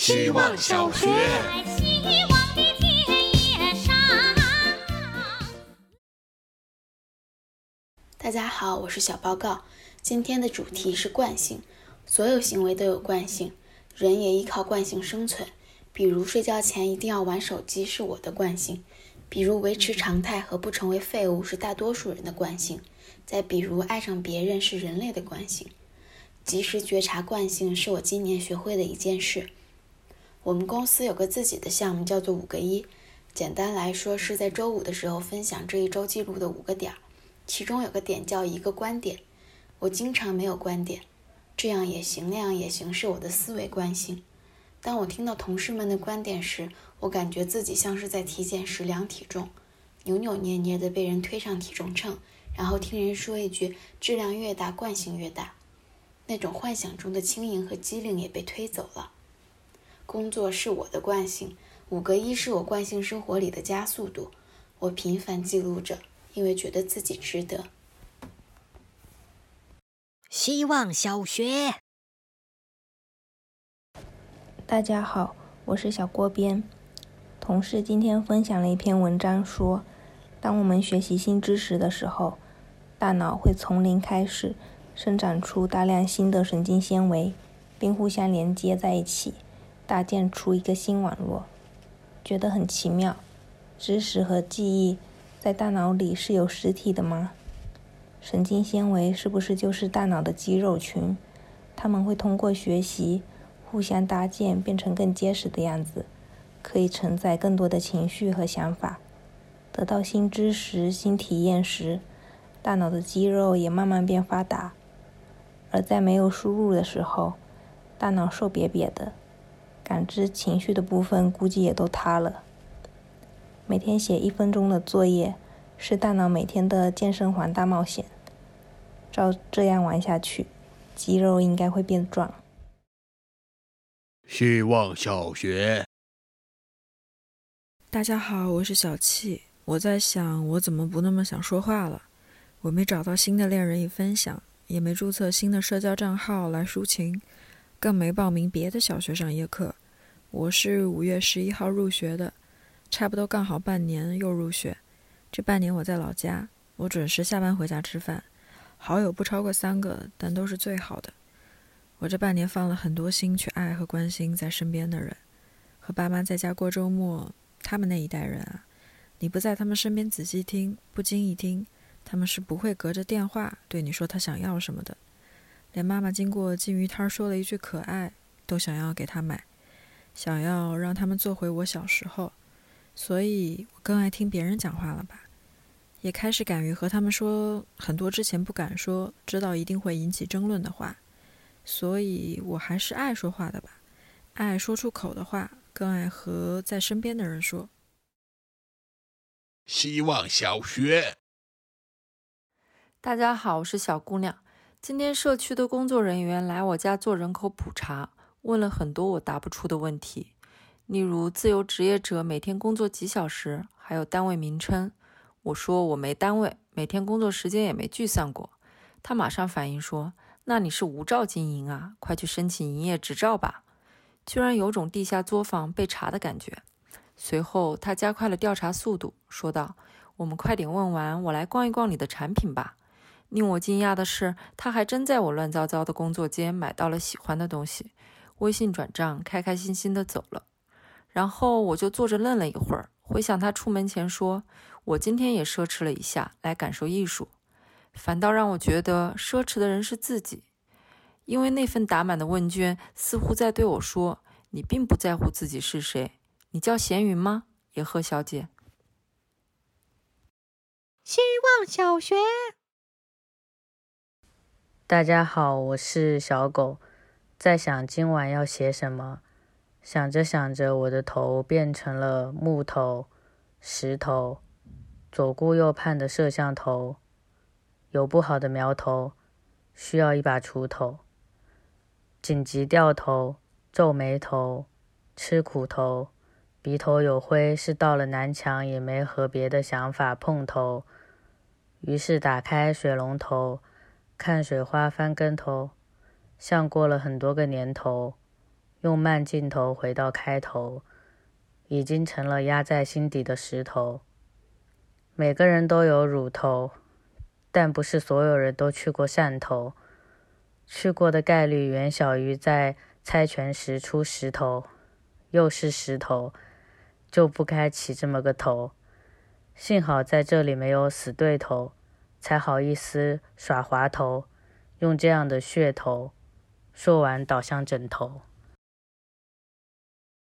希望小学。 希望的田野上。 大家好，我是小报告。今天的主题是惯性。所有行为都有惯性，人也依靠惯性生存。比如睡觉前一定要玩手机是我的惯性，比如维持常态和不成为废物是大多数人的惯性，再比如爱上别人是人类的惯性。及时觉察惯性是我今年学会的一件事。我们公司有个自己的项目叫做5个1，简单来说是在周五的时候分享这一周记录的5个点，其中有个点叫一个观点。我经常没有观点，这样也行那样也行是我的思维惯性。当我听到同事们的观点时，我感觉自己像是在体检时量体重，扭扭捏捏地被人推上体重秤，然后听人说一句质量越大惯性越大，那种幻想中的轻盈和机灵也被推走了。工作是我的惯性，5个1是我惯性生活里的加速度，我频繁记录着，因为觉得自己值得。 希望小学。 大家好，我是小郭边。同事今天分享了一篇文章说，当我们学习新知识的时候，大脑会从零开始生长出大量新的神经纤维，并互相连接在一起，搭建出一个新网络。觉得很奇妙，知识和记忆在大脑里是有实体的吗？神经纤维是不是就是大脑的肌肉群？它们会通过学习互相搭建，变成更结实的样子，可以承载更多的情绪和想法。得到新知识、新体验时，大脑的肌肉也慢慢变发达。而在没有输入的时候，大脑瘦瘪瘪的，感知情绪的部分估计也都塌了。每天写1分钟的作业，是大脑每天的健身环大冒险。照这样玩下去，肌肉应该会变壮。 希望小学。 大家好，我是小气。我在想，我怎么不那么想说话了？我没找到新的恋人以分享，也没注册新的社交账号来抒情，更没报名别的小学上夜课。我是5月11号入学的，差不多刚好半年又入学。这半年我在老家，我准时下班回家吃饭，好友不超过3个，但都是最好的。我这半年放了很多心去爱和关心在身边的人。和爸妈在家过周末，他们那一代人啊，你不在他们身边仔细听，不经意听，他们是不会隔着电话对你说他想要什么的。连妈妈经过金鱼摊说了一句可爱，都想要给他买，想要让他们做回我小时候。所以我更爱听别人讲话了吧，也开始敢于和他们说很多之前不敢说，知道一定会引起争论的话。所以我还是爱说话的吧，爱说出口的话，更爱和在身边的人说。 希望小学。 大家好，我是小姑娘。今天社区的工作人员来我家做人口普查，问了很多我答不出的问题，例如自由职业者每天工作几小时，还有单位名称。我说我没单位，每天工作时间也没计算过。他马上反应说，那你是无照经营啊，快去申请营业执照吧。居然有种地下作坊被查的感觉。随后他加快了调查速度，说道，我们快点问完，我来逛一逛你的产品吧。令我惊讶的是，他还真在我乱糟糟的工作间买到了喜欢的东西，微信转账，开开心心的走了。然后我就坐着愣了一会儿，回想他出门前说，我今天也奢侈了一下，来感受艺术。反倒让我觉得奢侈的人是自己，因为那份打满的问卷似乎在对我说，你并不在乎自己是谁。你叫闲云吗，野鹤小姐？ 希望小学。 大家好，我是小狗，在想今晚要写什么。想着想着，我的头变成了木头、石头，左顾右盼的摄像头，有不好的苗头，需要一把锄头。紧急掉头，皱眉头，吃苦头，鼻头有灰，是到了南墙也没和别的想法碰头。于是打开水龙头，看水花翻跟头，像过了很多个年头。 用慢镜头回到开头，已经成了压在心底的石头。每个人都有乳头，但不是所有人都去过汕头，去过的概率远小于在猜拳时出石头，又是石头，就不该起这么个头。幸好在这里没有死对头，才好意思耍滑头，用这样的噱头。说完倒向枕头。